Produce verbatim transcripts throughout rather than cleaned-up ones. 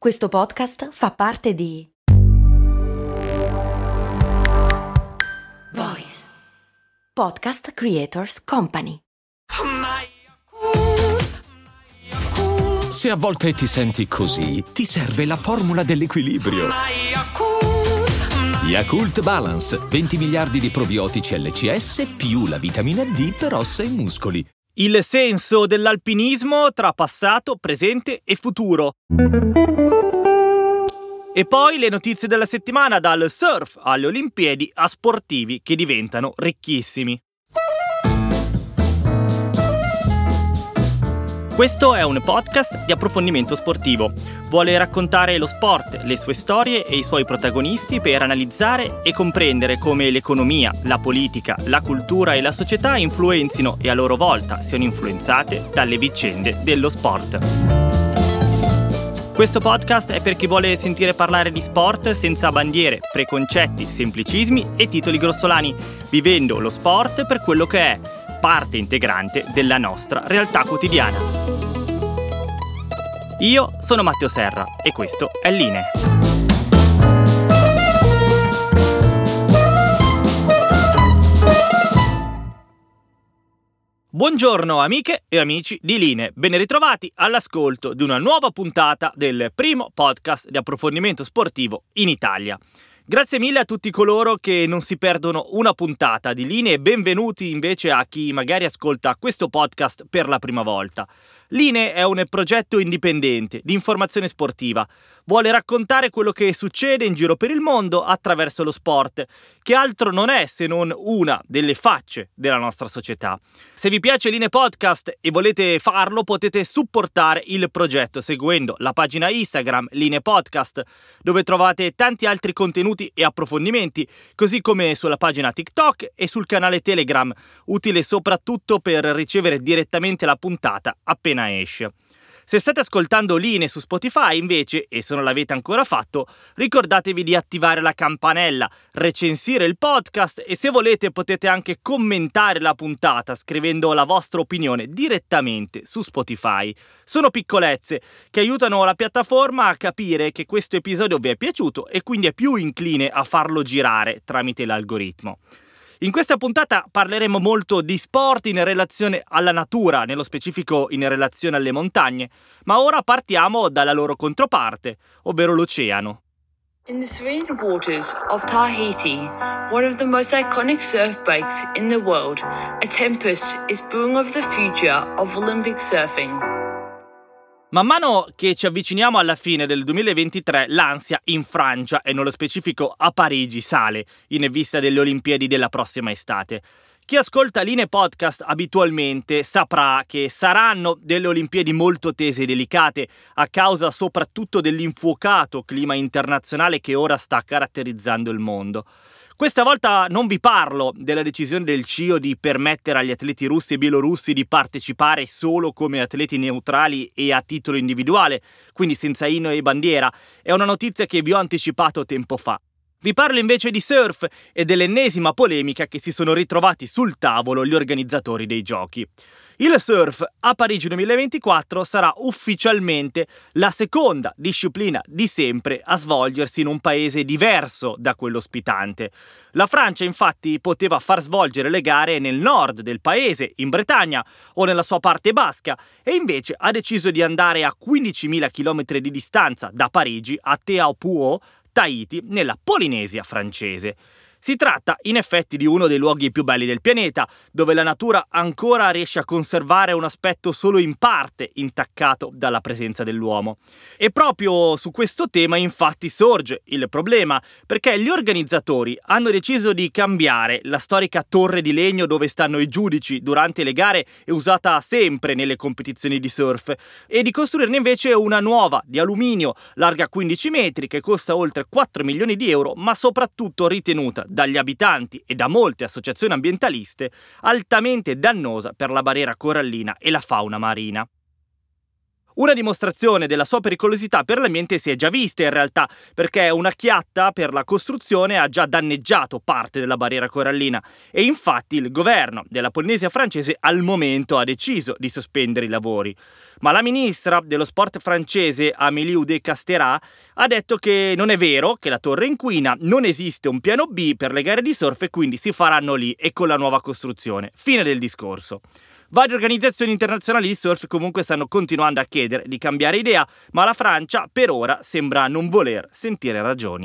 Questo podcast fa parte di Voice Podcast Creators Company. Se a volte ti senti così, ti serve la formula dell'equilibrio. Yakult Balance, venti miliardi di probiotici L C S più la vitamina D per ossa e muscoli. Il senso dell'alpinismo tra passato, presente e futuro. E poi le notizie della settimana, dal surf alle Olimpiadi a sportivi che diventano ricchissimi. Questo è un podcast di approfondimento sportivo. Vuole raccontare lo sport, le sue storie e i suoi protagonisti per analizzare e comprendere come l'economia, la politica, la cultura e la società influenzino e a loro volta siano influenzate dalle vicende dello sport. Questo podcast è per chi vuole sentire parlare di sport senza bandiere, preconcetti, semplicismi e titoli grossolani, vivendo lo sport per quello che è, parte integrante della nostra realtà quotidiana. Io sono Matteo Serra e questo è Linee. Buongiorno amiche e amici di Linee, ben ritrovati all'ascolto di una nuova puntata del primo podcast di approfondimento sportivo in Italia. Grazie mille a tutti coloro che non si perdono una puntata di Linee e benvenuti invece a chi magari ascolta questo podcast per la prima volta. Linee è un progetto indipendente di informazione sportiva. Vuole raccontare quello che succede in giro per il mondo attraverso lo sport, che altro non è se non una delle facce della nostra società. Se vi piace Linee Podcast e volete farlo, potete supportare il progetto seguendo la pagina Instagram Linee Podcast, dove trovate tanti altri contenuti e approfondimenti, così come sulla pagina TikTok e sul canale Telegram, utile soprattutto per ricevere direttamente la puntata appena esce. Se state ascoltando Linee su Spotify invece, e se non l'avete ancora fatto, ricordatevi di attivare la campanella, recensire il podcast e se volete potete anche commentare la puntata scrivendo la vostra opinione direttamente su Spotify. Sono piccolezze che aiutano la piattaforma a capire che questo episodio vi è piaciuto e quindi è più incline a farlo girare tramite l'algoritmo. In questa puntata parleremo molto di sport in relazione alla natura, nello specifico in relazione alle montagne, ma ora partiamo dalla loro controparte, ovvero l'oceano. In the serene waters of Tahiti, one of the most iconic surf breaks in the world, a tempest is brewing of the future of Olympic surfing. Man mano che ci avviciniamo alla fine del duemilaventitré, l'ansia in Francia e nello specifico a Parigi sale in vista delle Olimpiadi della prossima estate. Chi ascolta Linee Podcast abitualmente saprà che saranno delle Olimpiadi molto tese e delicate a causa soprattutto dell'infuocato clima internazionale che ora sta caratterizzando il mondo. Questa volta non vi parlo della decisione del C I O di permettere agli atleti russi e bielorussi di partecipare solo come atleti neutrali e a titolo individuale, quindi senza inno e bandiera. È una notizia che vi ho anticipato tempo fa. Vi parlo invece di surf e dell'ennesima polemica che si sono ritrovati sul tavolo gli organizzatori dei giochi. Il surf a Parigi duemilaventiquattro sarà ufficialmente la seconda disciplina di sempre a svolgersi in un paese diverso da quello ospitante. La Francia infatti poteva far svolgere le gare nel nord del paese, in Bretagna o nella sua parte basca, e invece ha deciso di andare a quindicimila chilometri di distanza da Parigi a Teahupo'o, Tahiti, nella Polinesia francese. Si tratta in effetti di uno dei luoghi più belli del pianeta, dove la natura ancora riesce a conservare un aspetto solo in parte intaccato dalla presenza dell'uomo. E proprio su questo tema infatti sorge il problema, perché gli organizzatori hanno deciso di cambiare la storica torre di legno dove stanno i giudici durante le gare e usata sempre nelle competizioni di surf, e di costruirne invece una nuova di alluminio, larga quindici metri, che costa oltre quattro milioni di euro, ma soprattutto ritenuta dagli abitanti e da molte associazioni ambientaliste altamente dannosa per la barriera corallina e la fauna marina. Una dimostrazione della sua pericolosità per l'ambiente si è già vista in realtà, perché una chiatta per la costruzione ha già danneggiato parte della barriera corallina e infatti il governo della Polinesia francese al momento ha deciso di sospendere i lavori. Ma la ministra dello sport francese Amélie Oudéa-Castéra ha detto che non è vero che la torre inquina, non esiste un piano B per le gare di surf e quindi si faranno lì e con la nuova costruzione. Fine del discorso. Varie organizzazioni internazionali di surf comunque stanno continuando a chiedere di cambiare idea, ma la Francia per ora sembra non voler sentire ragioni.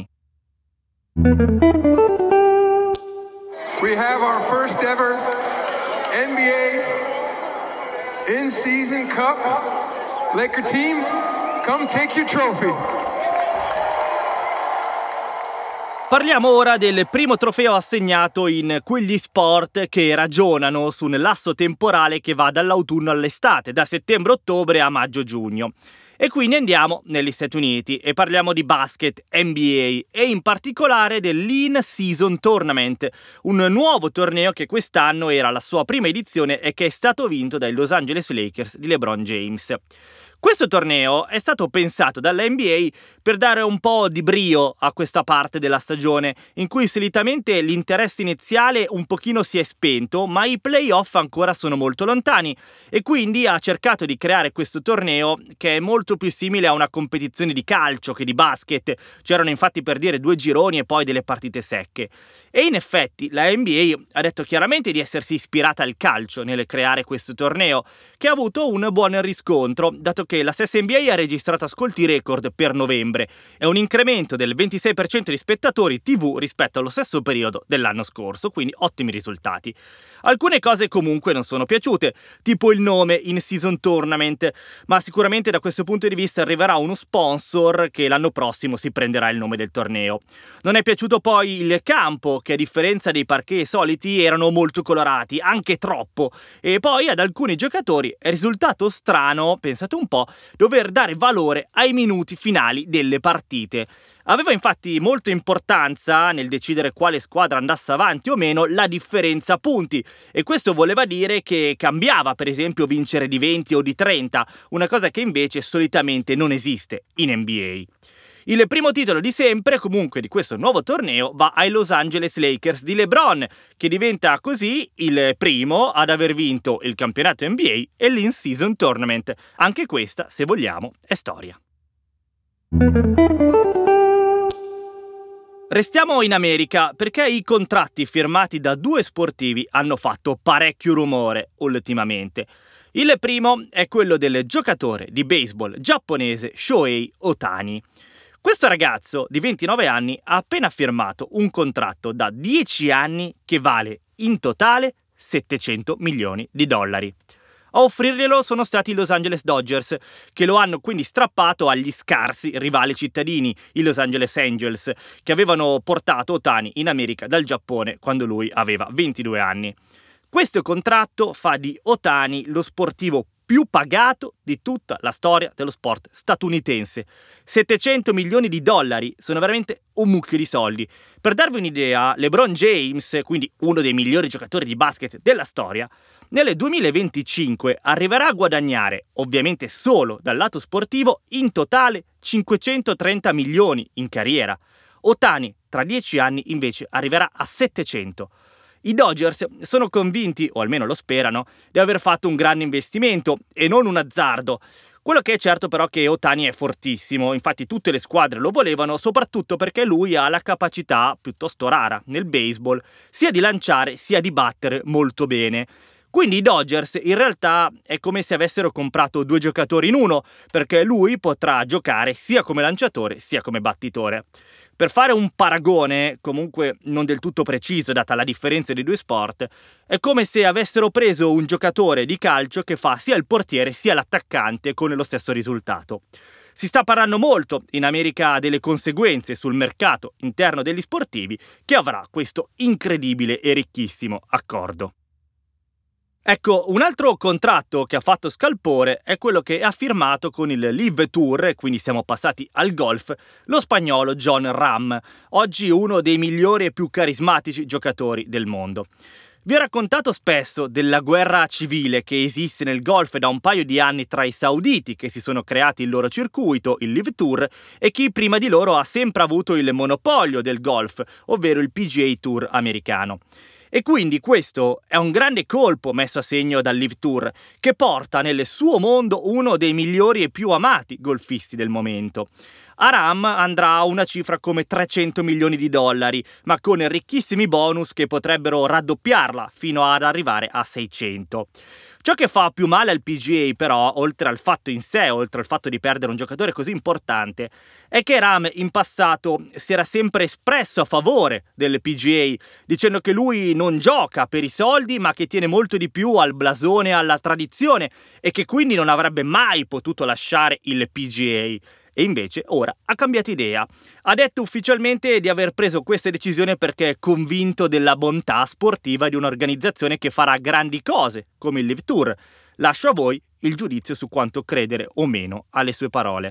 We have our first ever N B A in-season cup. Laker team, come take your trophy. Parliamo ora del primo trofeo assegnato in quegli sport che ragionano su un lasso temporale che va dall'autunno all'estate, da settembre-ottobre a maggio-giugno. E quindi andiamo negli Stati Uniti e parliamo di basket N B A e in particolare dell'In-Season Tournament, un nuovo torneo che quest'anno era la sua prima edizione e che è stato vinto dai Los Angeles Lakers di LeBron James. Questo torneo è stato pensato dalla N B A per dare un po' di brio a questa parte della stagione, in cui solitamente l'interesse iniziale un pochino si è spento, ma i playoff ancora sono molto lontani, e quindi ha cercato di creare questo torneo che è molto più simile a una competizione di calcio che di basket. C'erano infatti, per dire, due gironi e poi delle partite secche. E in effetti la N B A ha detto chiaramente di essersi ispirata al calcio nel creare questo torneo, che ha avuto un buon riscontro, dato che la stessa N B A ha registrato ascolti record per novembre e un incremento del ventisei per cento di spettatori tivù rispetto allo stesso periodo dell'anno scorso, quindi ottimi risultati. Alcune cose comunque non sono piaciute, tipo il nome In-Season Tournament, ma sicuramente da questo punto di vista arriverà uno sponsor che l'anno prossimo si prenderà il nome del torneo. Non è piaciuto poi il campo, che a differenza dei parquet soliti erano molto colorati, anche troppo, e poi ad alcuni giocatori è risultato strano, pensate un po', dover dare valore ai minuti finali delle partite. Aveva infatti molta importanza nel decidere quale squadra andasse avanti o meno la differenza punti, e questo voleva dire che cambiava per esempio vincere di venti o di trenta, una cosa che invece solitamente non esiste in N B A. Il primo titolo di sempre, comunque, di questo nuovo torneo va ai Los Angeles Lakers di LeBron, che diventa così il primo ad aver vinto il campionato N B A e l'In-Season Tournament. Anche questa, se vogliamo, è storia. Restiamo in America perché i contratti firmati da due sportivi hanno fatto parecchio rumore ultimamente. Il primo è quello del giocatore di baseball giapponese Shohei Ohtani. Questo ragazzo di ventinove anni ha appena firmato un contratto da dieci anni che vale in totale settecento milioni di dollari. A offrirglielo sono stati i Los Angeles Dodgers, che lo hanno quindi strappato agli scarsi rivali cittadini, i Los Angeles Angels, che avevano portato Ohtani in America dal Giappone quando lui aveva ventidue anni. Questo contratto fa di Ohtani lo sportivo più pagato di tutta la storia dello sport statunitense. settecento milioni di dollari sono veramente un mucchio di soldi. Per darvi un'idea, LeBron James, quindi uno dei migliori giocatori di basket della storia, nel duemilaventicinque arriverà a guadagnare, ovviamente solo dal lato sportivo, in totale cinquecentotrenta milioni in carriera. Ohtani, tra dieci anni, invece arriverà a settecento. I Dodgers sono convinti, o almeno lo sperano, di aver fatto un grande investimento e non un azzardo. Quello che è certo però è che Ohtani è fortissimo, infatti tutte le squadre lo volevano, soprattutto perché lui ha la capacità, piuttosto rara nel baseball, sia di lanciare sia di battere molto bene. Quindi i Dodgers in realtà è come se avessero comprato due giocatori in uno, perché lui potrà giocare sia come lanciatore sia come battitore. Per fare un paragone, comunque non del tutto preciso data la differenza dei due sport, è come se avessero preso un giocatore di calcio che fa sia il portiere sia l'attaccante con lo stesso risultato. Si sta parlando molto in America delle conseguenze sul mercato interno degli sportivi che avrà questo incredibile e ricchissimo accordo. Ecco, un altro contratto che ha fatto scalpore è quello che ha firmato con il Live Tour, quindi siamo passati al golf, lo spagnolo Jon Rahm, oggi uno dei migliori e più carismatici giocatori del mondo. Vi ho raccontato spesso della guerra civile che esiste nel golf da un paio di anni tra i sauditi, che si sono creati il loro circuito, il Live Tour, e chi prima di loro ha sempre avuto il monopolio del golf, ovvero il P G A Tour americano. E quindi questo è un grande colpo messo a segno dal Live Tour, che porta nel suo mondo uno dei migliori e più amati golfisti del momento. Aram andrà a una cifra come trecento milioni di dollari, ma con ricchissimi bonus che potrebbero raddoppiarla fino ad arrivare a seicento. Ciò che fa più male al P G A però, oltre al fatto in sé, oltre al fatto di perdere un giocatore così importante, è che Rahm in passato si era sempre espresso a favore del P G A, dicendo che lui non gioca per i soldi ma che tiene molto di più al blasone e alla tradizione e che quindi non avrebbe mai potuto lasciare il P G A. E invece ora ha cambiato idea. Ha detto ufficialmente di aver preso questa decisione perché è convinto della bontà sportiva di un'organizzazione che farà grandi cose, come il Live Tour. Lascio a voi il giudizio su quanto credere o meno alle sue parole.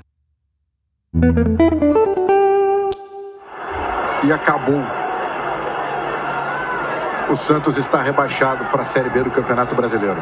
E acabou. O Santos está rebaixado para a Série B do Campeonato Brasileiro.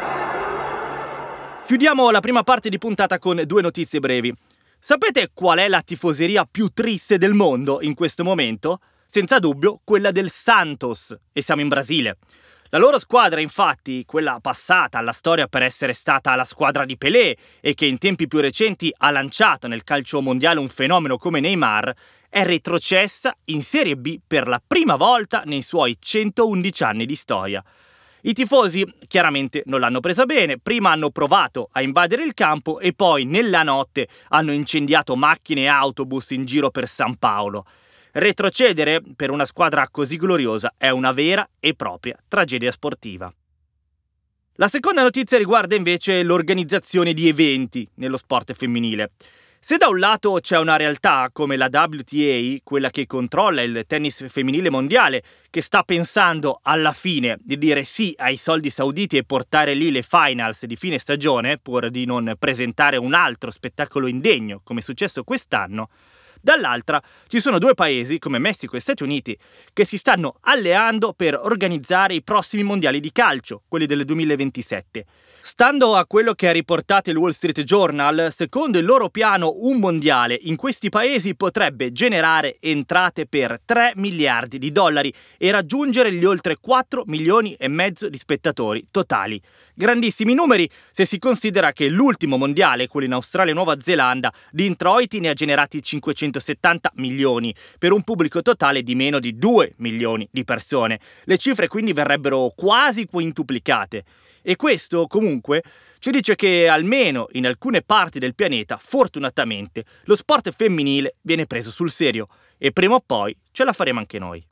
Chiudiamo la prima parte di puntata con due notizie brevi. Sapete qual è la tifoseria più triste del mondo in questo momento? Senza dubbio quella del Santos, e siamo in Brasile. La loro squadra, infatti, quella passata alla storia per essere stata la squadra di Pelé e che in tempi più recenti ha lanciato nel calcio mondiale un fenomeno come Neymar, è retrocessa in Serie B per la prima volta nei suoi centoundici anni di storia. I tifosi chiaramente non l'hanno presa bene, prima hanno provato a invadere il campo e poi nella notte hanno incendiato macchine e autobus in giro per San Paolo. Retrocedere per una squadra così gloriosa è una vera e propria tragedia sportiva. La seconda notizia riguarda invece l'organizzazione di eventi nello sport femminile. Se da un lato c'è una realtà come la W T A, quella che controlla il tennis femminile mondiale, che sta pensando alla fine di dire sì ai soldi sauditi e portare lì le finals di fine stagione, pur di non presentare un altro spettacolo indegno come è successo quest'anno, dall'altra ci sono due paesi come Messico e Stati Uniti che si stanno alleando per organizzare i prossimi mondiali di calcio, quelli del duemilaventisette. Stando a quello che ha riportato il Wall Street Journal, secondo il loro piano un mondiale in questi paesi potrebbe generare entrate per tre miliardi di dollari e raggiungere gli oltre quattro milioni e mezzo di spettatori totali. Grandissimi numeri se si considera che l'ultimo mondiale, quello in Australia e Nuova Zelanda, di introiti ne ha generati cinquecentosettanta milioni, per un pubblico totale di meno di due milioni di persone. Le cifre quindi verrebbero quasi quintuplicate. E questo, comunque, ci dice che almeno in alcune parti del pianeta, fortunatamente, lo sport femminile viene preso sul serio e prima o poi ce la faremo anche noi.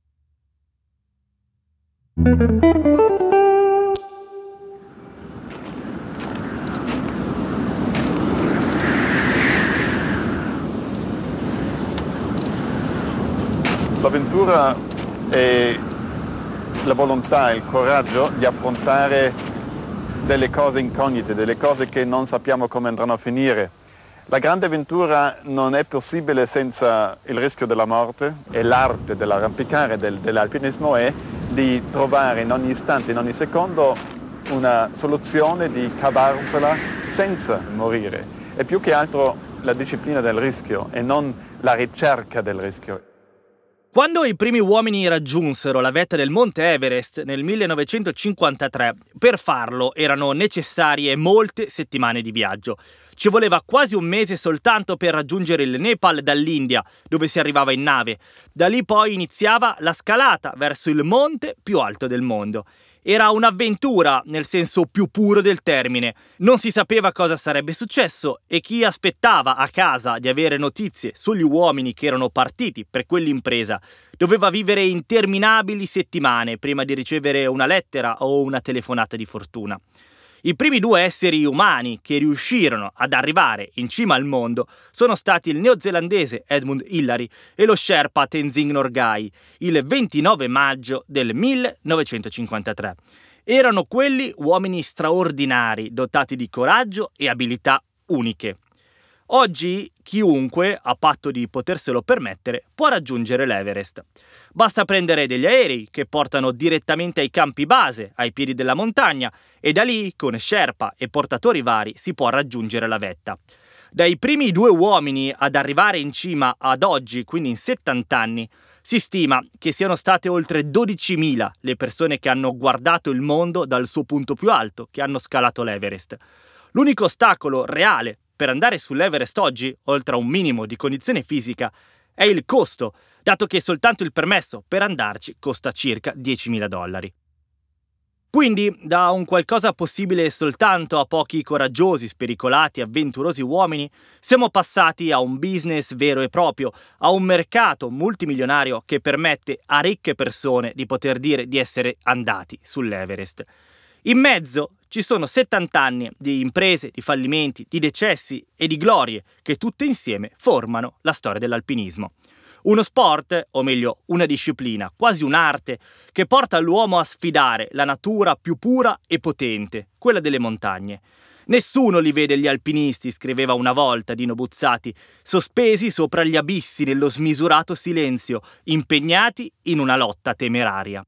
L'avventura è la volontà e il coraggio di affrontare delle cose incognite, delle cose che non sappiamo come andranno a finire. La grande avventura non è possibile senza il rischio della morte e l'arte dell'arrampicare, del, dell'alpinismo è di trovare in ogni istante, in ogni secondo una soluzione di cavarsela senza morire. È più che altro la disciplina del rischio e non la ricerca del rischio. Quando i primi uomini raggiunsero la vetta del Monte Everest nel millenovecentocinquantatré, per farlo erano necessarie molte settimane di viaggio. Ci voleva quasi un mese soltanto per raggiungere il Nepal dall'India, dove si arrivava in nave. Da lì poi iniziava la scalata verso il monte più alto del mondo. Era un'avventura nel senso più puro del termine. Non si sapeva cosa sarebbe successo e chi aspettava a casa di avere notizie sugli uomini che erano partiti per quell'impresa doveva vivere interminabili settimane prima di ricevere una lettera o una telefonata di fortuna. I primi due esseri umani che riuscirono ad arrivare in cima al mondo sono stati il neozelandese Edmund Hillary e lo Sherpa Tenzing Norgay il ventinove maggio del millenovecentocinquantatré. Erano quelli uomini straordinari, dotati di coraggio e abilità uniche. Oggi chiunque, a patto di poterselo permettere, può raggiungere l'Everest. Basta prendere degli aerei che portano direttamente ai campi base, ai piedi della montagna, e da lì, con sherpa e portatori vari, si può raggiungere la vetta. Dai primi due uomini ad arrivare in cima ad oggi, quindi in settanta anni, si stima che siano state oltre dodicimila le persone che hanno guardato il mondo dal suo punto più alto, che hanno scalato l'Everest. L'unico ostacolo reale per andare sull'Everest oggi, oltre a un minimo di condizione fisica, è il costo, dato che soltanto il permesso per andarci costa circa diecimila dollari. Quindi, da un qualcosa possibile soltanto a pochi coraggiosi, spericolati, avventurosi uomini, siamo passati a un business vero e proprio, a un mercato multimilionario che permette a ricche persone di poter dire di essere andati sull'Everest. In mezzo ci sono settanta anni di imprese, di fallimenti, di decessi e di glorie che tutte insieme formano la storia dell'alpinismo. Uno sport, o meglio una disciplina, quasi un'arte, che porta l'uomo a sfidare la natura più pura e potente, quella delle montagne. Nessuno li vede gli alpinisti, scriveva una volta Dino Buzzati, sospesi sopra gli abissi nello smisurato silenzio, impegnati in una lotta temeraria.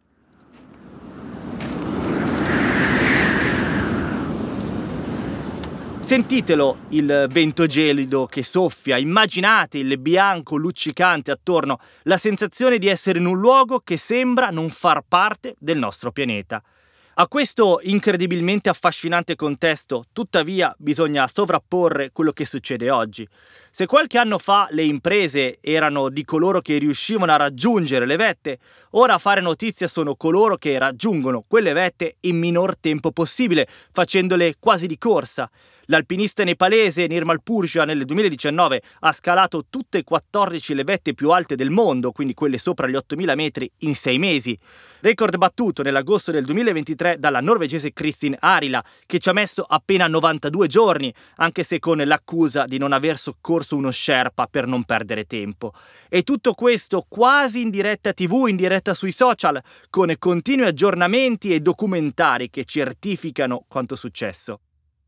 Sentitelo il vento gelido che soffia, immaginate il bianco luccicante attorno, la sensazione di essere in un luogo che sembra non far parte del nostro pianeta. A questo incredibilmente affascinante contesto, tuttavia, bisogna sovrapporre quello che succede oggi. Se qualche anno fa le imprese erano di coloro che riuscivano a raggiungere le vette, ora a fare notizia sono coloro che raggiungono quelle vette in minor tempo possibile, facendole quasi di corsa. L'alpinista nepalese Nirmal Purja nel duemiladiciannove ha scalato tutte e quattordici le vette più alte del mondo, quindi quelle sopra gli ottomila metri, in sei mesi. Record battuto nell'agosto del duemilaventitré dalla norvegese Kristin Harila, che ci ha messo appena novantadue giorni, anche se con l'accusa di non aver soccorso uno sherpa per non perdere tempo. E tutto questo quasi in diretta tivù, in diretta sui social, con continui aggiornamenti e documentari che certificano quanto successo.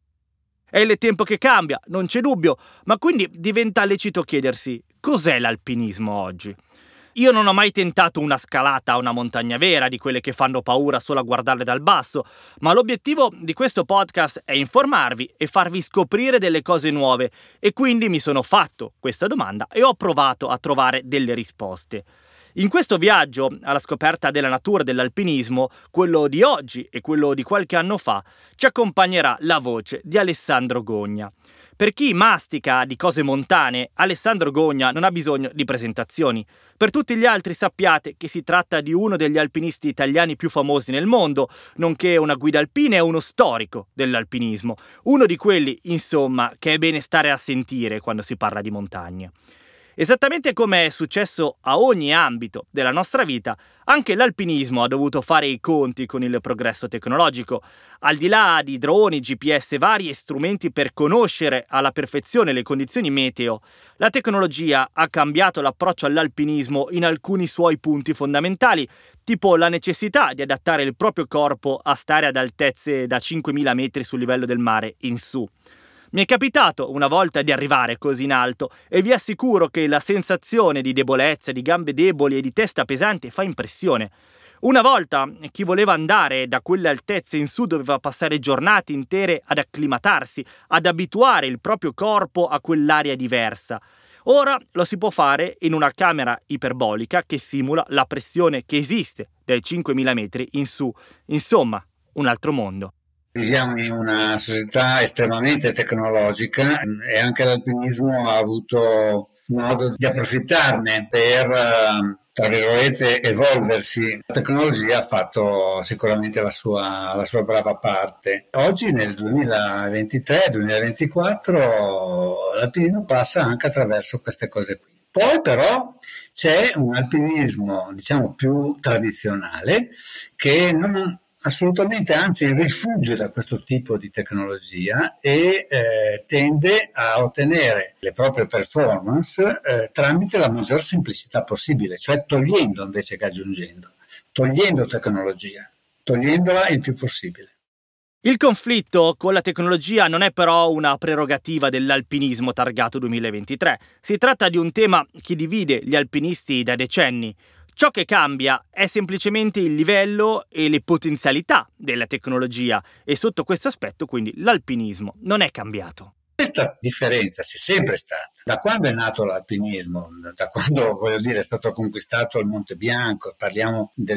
È il tempo che cambia, non c'è dubbio, ma quindi diventa lecito chiedersi cos'è l'alpinismo oggi. Io non ho mai tentato una scalata a una montagna vera, di quelle che fanno paura solo a guardarle dal basso, ma l'obiettivo di questo podcast è informarvi e farvi scoprire delle cose nuove, e quindi mi sono fatto questa domanda e ho provato a trovare delle risposte. In questo viaggio alla scoperta della natura dell'alpinismo, quello di oggi e quello di qualche anno fa, ci accompagnerà la voce di Alessandro Gogna. Per chi mastica di cose montane, Alessandro Gogna non ha bisogno di presentazioni. Per tutti gli altri sappiate che si tratta di uno degli alpinisti italiani più famosi nel mondo, nonché una guida alpina e uno storico dell'alpinismo. Uno di quelli, insomma, che è bene stare a sentire quando si parla di montagne. Esattamente come è successo a ogni ambito della nostra vita, anche l'alpinismo ha dovuto fare i conti con il progresso tecnologico. Al di là di droni, G P S vari e strumenti per conoscere alla perfezione le condizioni meteo, la tecnologia ha cambiato l'approccio all'alpinismo in alcuni suoi punti fondamentali, tipo la necessità di adattare il proprio corpo a stare ad altezze da cinquemila metri sul livello del mare in su. Mi è capitato una volta di arrivare così in alto e vi assicuro che la sensazione di debolezza, di gambe deboli e di testa pesante fa impressione. Una volta chi voleva andare da quelle altezze in su doveva passare giornate intere ad acclimatarsi, ad abituare il proprio corpo a quell'aria diversa. Ora lo si può fare in una camera iperbolica che simula la pressione che esiste dai cinquemila metri in su. Insomma, un altro mondo. Viviamo in una società estremamente tecnologica e anche l'alpinismo ha avuto modo di approfittarne per, tra virgolette, evolversi. La tecnologia ha fatto sicuramente la sua, la sua brava parte. Oggi nel duemilaventitré duemilaventiquattro l'alpinismo passa anche attraverso queste cose qui. Poi però c'è un alpinismo, diciamo, più tradizionale che non assolutamente, anzi rifugge da questo tipo di tecnologia e eh, tende a ottenere le proprie performance eh, tramite la maggior semplicità possibile, cioè togliendo invece che aggiungendo, togliendo tecnologia, togliendola il più possibile. Il conflitto con la tecnologia non è però una prerogativa dell'alpinismo targato duemilaventitré. Si tratta di un tema che divide gli alpinisti da decenni. Ciò che cambia è semplicemente il livello e le potenzialità della tecnologia e sotto questo aspetto quindi l'alpinismo non è cambiato. Questa differenza c'è sempre stata. Da quando è nato l'alpinismo, da quando voglio dire è stato conquistato il Monte Bianco, parliamo del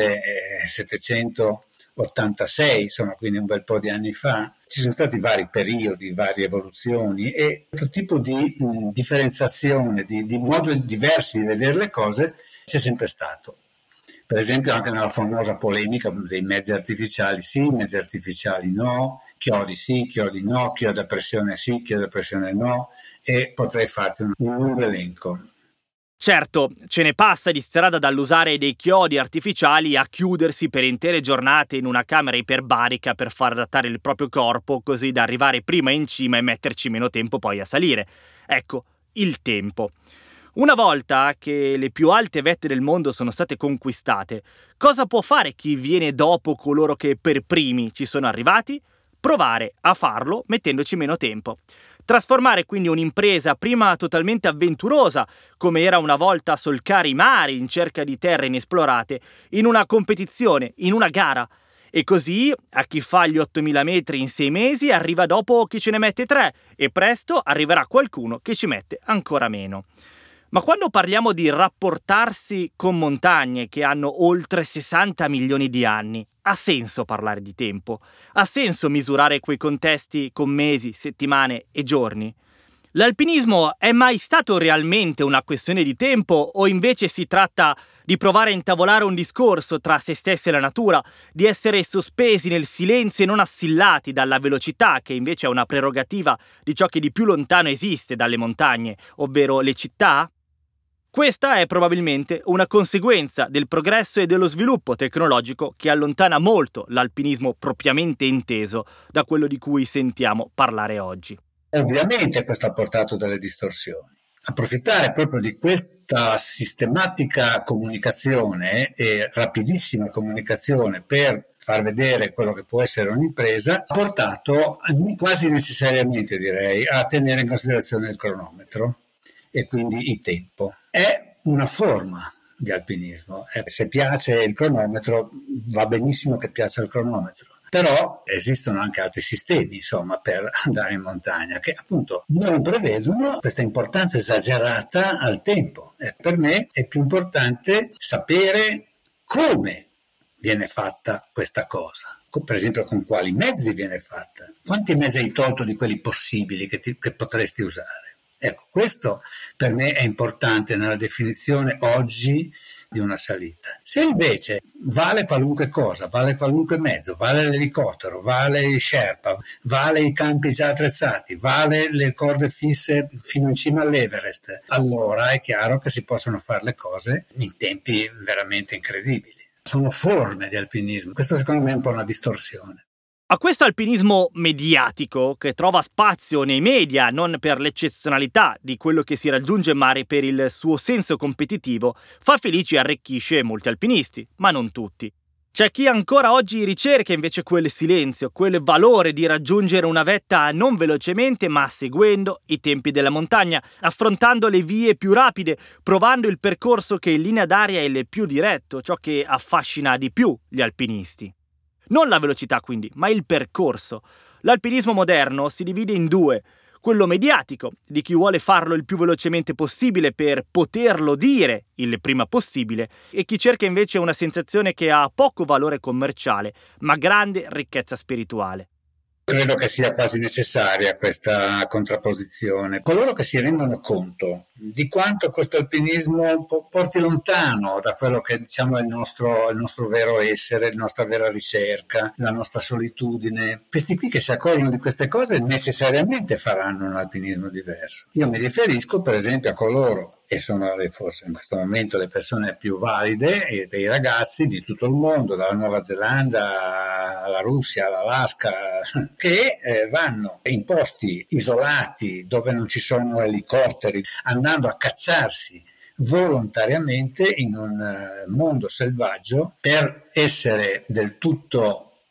millesettecentottantasei, insomma, quindi un bel po' di anni fa, ci sono stati vari periodi, varie evoluzioni e questo tipo di mh, differenziazione, di, di modi diversi di vedere le cose c'è sempre stato. Per esempio anche nella famosa polemica dei mezzi artificiali sì, mezzi artificiali no, chiodi sì, chiodi no, chiodi a pressione sì, chiodi a pressione no, e potrei farti un, un lungo elenco. Certo, ce ne passa di strada dall'usare dei chiodi artificiali a chiudersi per intere giornate in una camera iperbarica per far adattare il proprio corpo così da arrivare prima in cima e metterci meno tempo poi a salire. Ecco, il tempo. Una volta che le più alte vette del mondo sono state conquistate, cosa può fare chi viene dopo coloro che per primi ci sono arrivati? Provare a farlo mettendoci meno tempo. Trasformare quindi un'impresa prima totalmente avventurosa, come era una volta solcare i mari in cerca di terre inesplorate, in una competizione, in una gara. E così a chi fa gli ottomila metri in sei mesi arriva dopo chi ce ne mette tre e presto arriverà qualcuno che ci mette ancora meno. Ma quando parliamo di rapportarsi con montagne che hanno oltre sessanta milioni di anni, ha senso parlare di tempo? Ha senso misurare quei contesti con mesi, settimane e giorni? L'alpinismo è mai stato realmente una questione di tempo o invece si tratta di provare a intavolare un discorso tra se stessi e la natura, di essere sospesi nel silenzio e non assillati dalla velocità che invece è una prerogativa di ciò che di più lontano esiste dalle montagne, ovvero le città? Questa è probabilmente una conseguenza del progresso e dello sviluppo tecnologico che allontana molto l'alpinismo propriamente inteso da quello di cui sentiamo parlare oggi. Ovviamente questo ha portato delle distorsioni. Approfittare proprio di questa sistematica comunicazione e rapidissima comunicazione per far vedere quello che può essere un'impresa ha portato quasi necessariamente, direi, a tenere in considerazione il cronometro e quindi il tempo. È una forma di alpinismo. Eh, se piace il cronometro, va benissimo che piaccia il cronometro. Però esistono anche altri sistemi, insomma, per andare in montagna, che appunto non prevedono questa importanza esagerata al tempo. E per me è più importante sapere come viene fatta questa cosa. Per esempio, con quali mezzi viene fatta. Quanti mezzi hai tolto di quelli possibili che, ti, che potresti usare? Ecco, questo per me è importante nella definizione oggi di una salita. Se invece vale qualunque cosa, vale qualunque mezzo, vale l'elicottero, vale il Sherpa, vale i campi già attrezzati, vale le corde fisse fino in cima all'Everest, allora è chiaro che si possono fare le cose in tempi veramente incredibili. Sono forme di alpinismo, questo secondo me è un po' una distorsione. A questo alpinismo mediatico, che trova spazio nei media non per l'eccezionalità di quello che si raggiunge ma per il suo senso competitivo, fa felici e arricchisce molti alpinisti, ma non tutti. C'è chi ancora oggi ricerca invece quel silenzio, quel valore di raggiungere una vetta non velocemente ma seguendo i tempi della montagna, affrontando le vie più rapide, provando il percorso che in linea d'aria è il più diretto, ciò che affascina di più gli alpinisti. Non la velocità quindi, ma il percorso. L'alpinismo moderno si divide in due, quello mediatico, di chi vuole farlo il più velocemente possibile per poterlo dire il prima possibile, e chi cerca invece una sensazione che ha poco valore commerciale, ma grande ricchezza spirituale. Credo che sia quasi necessaria questa contrapposizione. Coloro che si rendono conto di quanto questo alpinismo porti lontano da quello che diciamo è il nostro, il nostro vero essere, la nostra vera ricerca, la nostra solitudine, questi qui che si accorgono di queste cose necessariamente faranno un alpinismo diverso. Io mi riferisco per esempio a coloro, e sono forse in questo momento le persone più valide, e dei ragazzi di tutto il mondo, dalla Nuova Zelanda alla Russia, all'Alaska, che eh, vanno in posti isolati dove non ci sono elicotteri, andando a cacciarsi volontariamente in un uh, mondo selvaggio per essere del tutto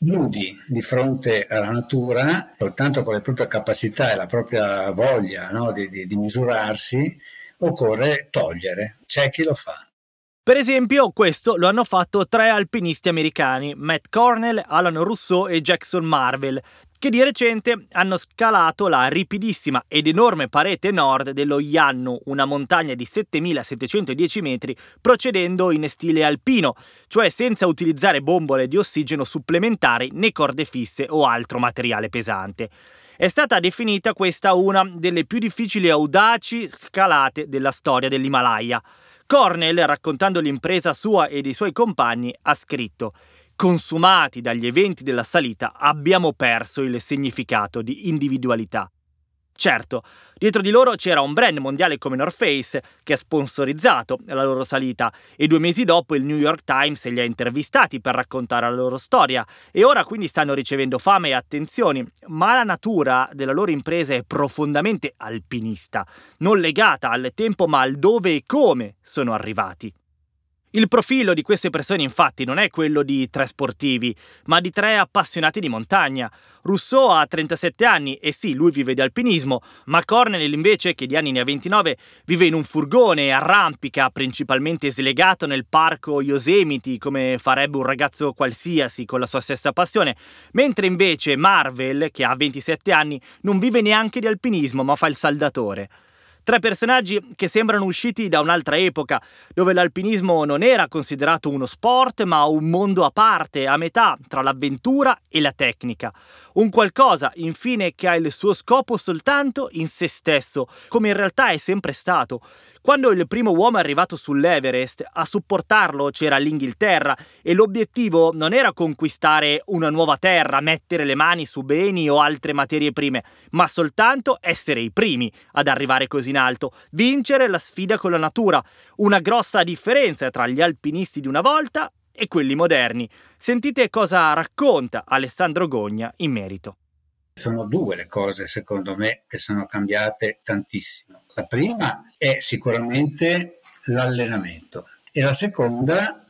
nudi di fronte alla natura, soltanto con le proprie capacità e la propria voglia, no, di, di, di misurarsi, occorre togliere. C'è chi lo fa. Per esempio, questo lo hanno fatto tre alpinisti americani, Matt Cornell, Alan Rousseau e Jackson Marvell, che di recente hanno scalato la ripidissima ed enorme parete nord dello Yannu, una montagna di settemilasettecentodieci metri, procedendo in stile alpino, cioè senza utilizzare bombole di ossigeno supplementari né corde fisse o altro materiale pesante. È stata definita questa una delle più difficili e audaci scalate della storia dell'Himalaya. Cornell, raccontando l'impresa sua e dei suoi compagni, ha scritto: «Consumati dagli eventi della salita, abbiamo perso il significato di individualità». Certo, dietro di loro c'era un brand mondiale come North Face che ha sponsorizzato la loro salita e due mesi dopo il New York Times li ha intervistati per raccontare la loro storia e ora quindi stanno ricevendo fama e attenzioni, ma la natura della loro impresa è profondamente alpinista, non legata al tempo ma al dove e come sono arrivati. Il profilo di queste persone infatti non è quello di tre sportivi, ma di tre appassionati di montagna. Rousseau ha trentasette anni e sì, lui vive di alpinismo, ma Cornell invece, che di anni ne ha ventinove, vive in un furgone e arrampica, principalmente slegato nel parco Yosemite, come farebbe un ragazzo qualsiasi con la sua stessa passione, mentre invece Marvell, che ha ventisette anni, non vive neanche di alpinismo, ma fa il saldatore. Tre personaggi che sembrano usciti da un'altra epoca, dove l'alpinismo non era considerato uno sport, ma un mondo a parte, a metà tra l'avventura e la tecnica. Un qualcosa, infine, che ha il suo scopo soltanto in se stesso, come in realtà è sempre stato. Quando il primo uomo è arrivato sull'Everest, a supportarlo c'era l'Inghilterra e l'obiettivo non era conquistare una nuova terra, mettere le mani su beni o altre materie prime, ma soltanto essere i primi ad arrivare così in alto, vincere la sfida con la natura. Una grossa differenza tra gli alpinisti di una volta e quelli moderni. Sentite cosa racconta Alessandro Gogna in merito. Sono due le cose, secondo me, che sono cambiate tantissimo. La prima è sicuramente l'allenamento e la seconda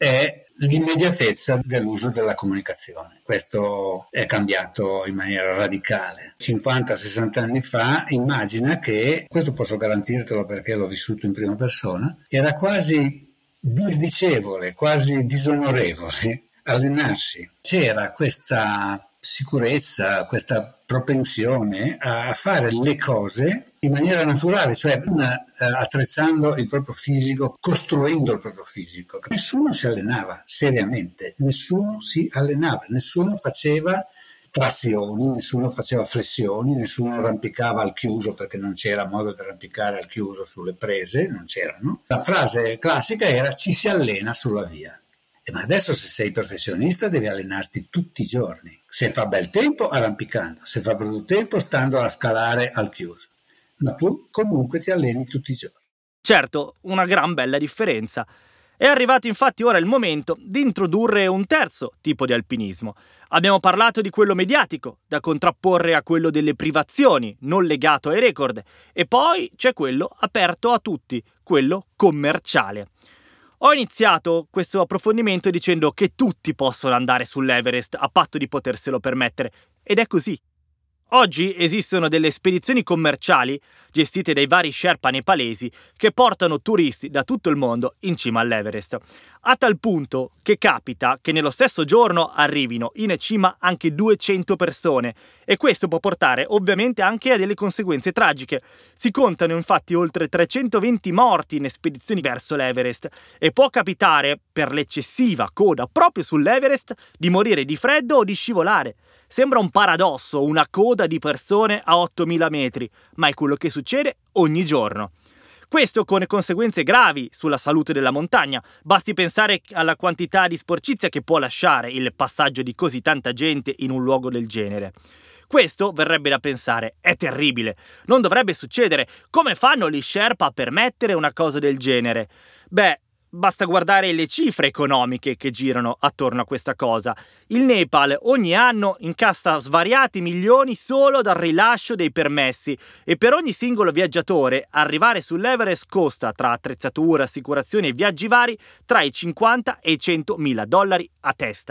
è l'immediatezza dell'uso della comunicazione. Questo è cambiato in maniera radicale. cinquanta sessanta anni fa, immagina che, questo posso garantirtelo perché l'ho vissuto in prima persona, era quasi disdicevole, quasi disonorevole allenarsi. C'era questa sicurezza, questa propensione a fare le cose in maniera naturale, cioè non eh, attrezzando il proprio fisico, costruendo il proprio fisico. Nessuno si allenava seriamente, nessuno si allenava, nessuno faceva trazioni, nessuno faceva flessioni, nessuno arrampicava al chiuso perché non c'era modo di arrampicare al chiuso sulle prese, non c'erano. La frase classica era: ci si allena sulla via. Ma adesso se sei professionista devi allenarti tutti i giorni. Se fa bel tempo arrampicando, se fa brutto tempo stando a scalare al chiuso. Ma tu comunque ti alleni tutti i giorni. Certo, una gran bella differenza. È arrivato infatti ora il momento di introdurre un terzo tipo di alpinismo. Abbiamo parlato di quello mediatico, da contrapporre a quello delle privazioni, non legato ai record. E poi c'è quello aperto a tutti, quello commerciale. Ho iniziato questo approfondimento dicendo che tutti possono andare sull'Everest a patto di poterselo permettere, ed è così. Oggi esistono delle spedizioni commerciali gestite dai vari Sherpa nepalesi che portano turisti da tutto il mondo in cima all'Everest, a tal punto che capita che nello stesso giorno arrivino in cima anche duecento persone e questo può portare ovviamente anche a delle conseguenze tragiche. Si contano infatti oltre trecentoventi morti in spedizioni verso l'Everest e può capitare, per l'eccessiva coda proprio sull'Everest, di morire di freddo o di scivolare. Sembra un paradosso, una coda di persone a ottomila metri, ma è quello che succede ogni giorno. Questo con conseguenze gravi sulla salute della montagna. Basti pensare alla quantità di sporcizia che può lasciare il passaggio di così tanta gente in un luogo del genere. Questo, verrebbe da pensare, è terribile. Non dovrebbe succedere. Come fanno gli Sherpa a permettere una cosa del genere? Beh, basta guardare le cifre economiche che girano attorno a questa cosa. Il Nepal ogni anno incassa svariati milioni solo dal rilascio dei permessi e per ogni singolo viaggiatore arrivare sull'Everest costa, tra attrezzatura, assicurazioni e viaggi vari, tra i cinquanta e i centomila dollari a testa.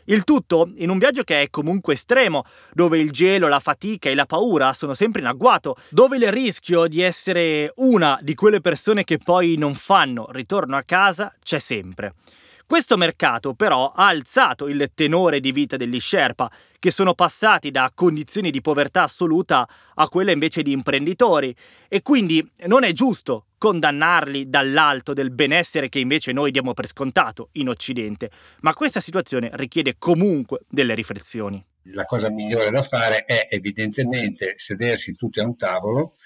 Il tutto in un viaggio che è comunque estremo, dove il gelo, la fatica e la paura sono sempre in agguato, dove il rischio di essere una di quelle persone che poi non fanno ritorno a casa c'è sempre. Questo mercato però ha alzato il tenore di vita degli Sherpa, che sono passati da condizioni di povertà assoluta a quelle invece di imprenditori, e quindi non è giusto condannarli dall'alto del benessere che invece noi diamo per scontato in Occidente, ma questa situazione richiede comunque delle riflessioni. La cosa migliore da fare è evidentemente sedersi tutti a un tavolo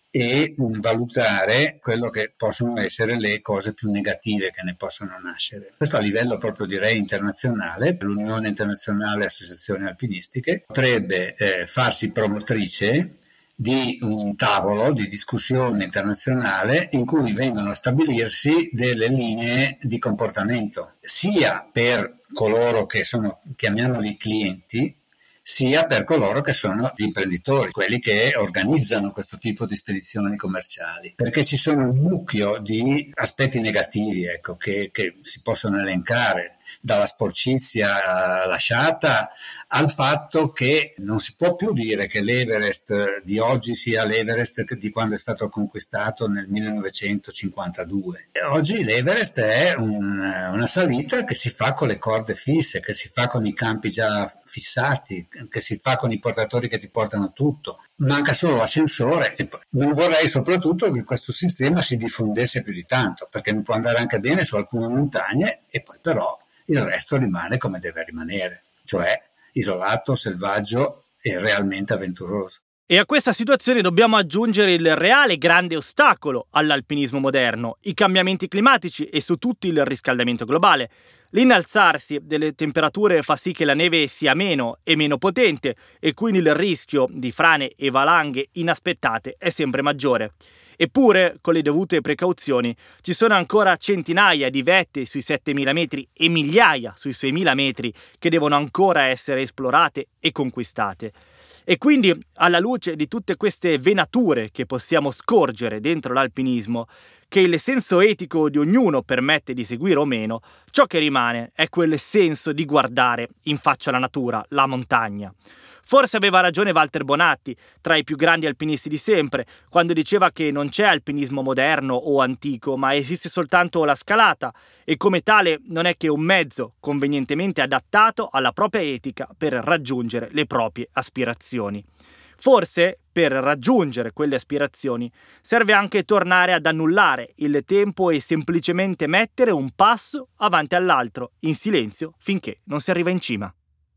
e valutare quello che possono essere le cose più negative che ne possono nascere. Questo a livello proprio direi internazionale. L'Unione Internazionale Associazioni Alpinistiche potrebbe eh, farsi promotrice di un tavolo di discussione internazionale in cui vengono a stabilirsi delle linee di comportamento, sia per coloro che sono, chiamiamoli clienti, sia per coloro che sono gli imprenditori, quelli che organizzano questo tipo di spedizioni commerciali, perché ci sono un mucchio di aspetti negativi, ecco, che, che si possono elencare, dalla sporcizia lasciata al fatto che non si può più dire che l'Everest di oggi sia l'Everest di quando è stato conquistato nel millenovecentocinquantadue. E oggi l'Everest è un, una salita che si fa con le corde fisse, che si fa con i campi già fissati, che si fa con i portatori che ti portano tutto. Manca solo l'ascensore, e non vorrei soprattutto che questo sistema si diffondesse più di tanto, perché può andare anche bene su alcune montagne e poi però il resto rimane come deve rimanere, cioè isolato, selvaggio e realmente avventuroso. E a questa situazione dobbiamo aggiungere il reale grande ostacolo all'alpinismo moderno, i cambiamenti climatici e su tutto il riscaldamento globale. L'innalzarsi delle temperature fa sì che la neve sia meno e meno potente e quindi il rischio di frane e valanghe inaspettate è sempre maggiore. Eppure, con le dovute precauzioni, ci sono ancora centinaia di vette sui settemila metri e migliaia sui seimila metri che devono ancora essere esplorate e conquistate. E quindi, alla luce di tutte queste venature che possiamo scorgere dentro l'alpinismo, che il senso etico di ognuno permette di seguire o meno, ciò che rimane è quel senso di guardare in faccia la natura, la montagna. Forse aveva ragione Walter Bonatti, tra i più grandi alpinisti di sempre, quando diceva che non c'è alpinismo moderno o antico, ma esiste soltanto la scalata, e come tale non è che un mezzo convenientemente adattato alla propria etica per raggiungere le proprie aspirazioni. Forse, per raggiungere quelle aspirazioni, serve anche tornare ad annullare il tempo e semplicemente mettere un passo avanti all'altro, in silenzio, finché non si arriva in cima.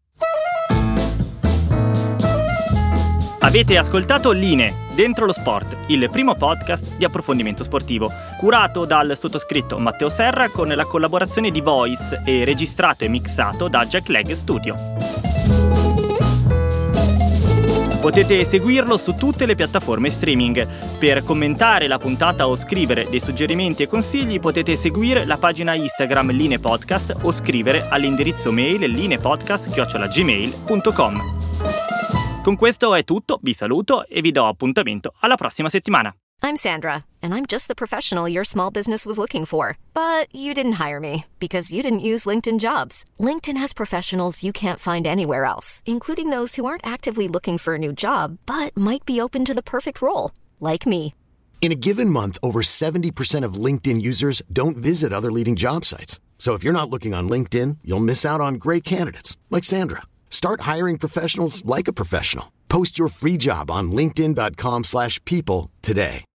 Avete ascoltato Linee, Dentro lo Sport, il primo podcast di approfondimento sportivo, curato dal sottoscritto Matteo Serra con la collaborazione di Voice e registrato e mixato da Jack Leg Studio. Potete seguirlo su tutte le piattaforme streaming. Per commentare la puntata o scrivere dei suggerimenti e consigli potete seguire la pagina Instagram Linee Podcast o scrivere all'indirizzo mail lineepodcast chiocciola gmail punto com. Con questo è tutto, vi saluto e vi do appuntamento alla prossima settimana. I'm Sandra, and I'm just the professional your small business was looking for. But you didn't hire me, because you didn't use LinkedIn Jobs. LinkedIn has professionals you can't find anywhere else, including those who aren't actively looking for a new job, but might be open to the perfect role, like me. In a given month, over seventy percent of LinkedIn users don't visit other leading job sites. So if you're not looking on LinkedIn, you'll miss out on great candidates, like Sandra. Start hiring professionals like a professional. Post your free job on linkedin dot com slash people today.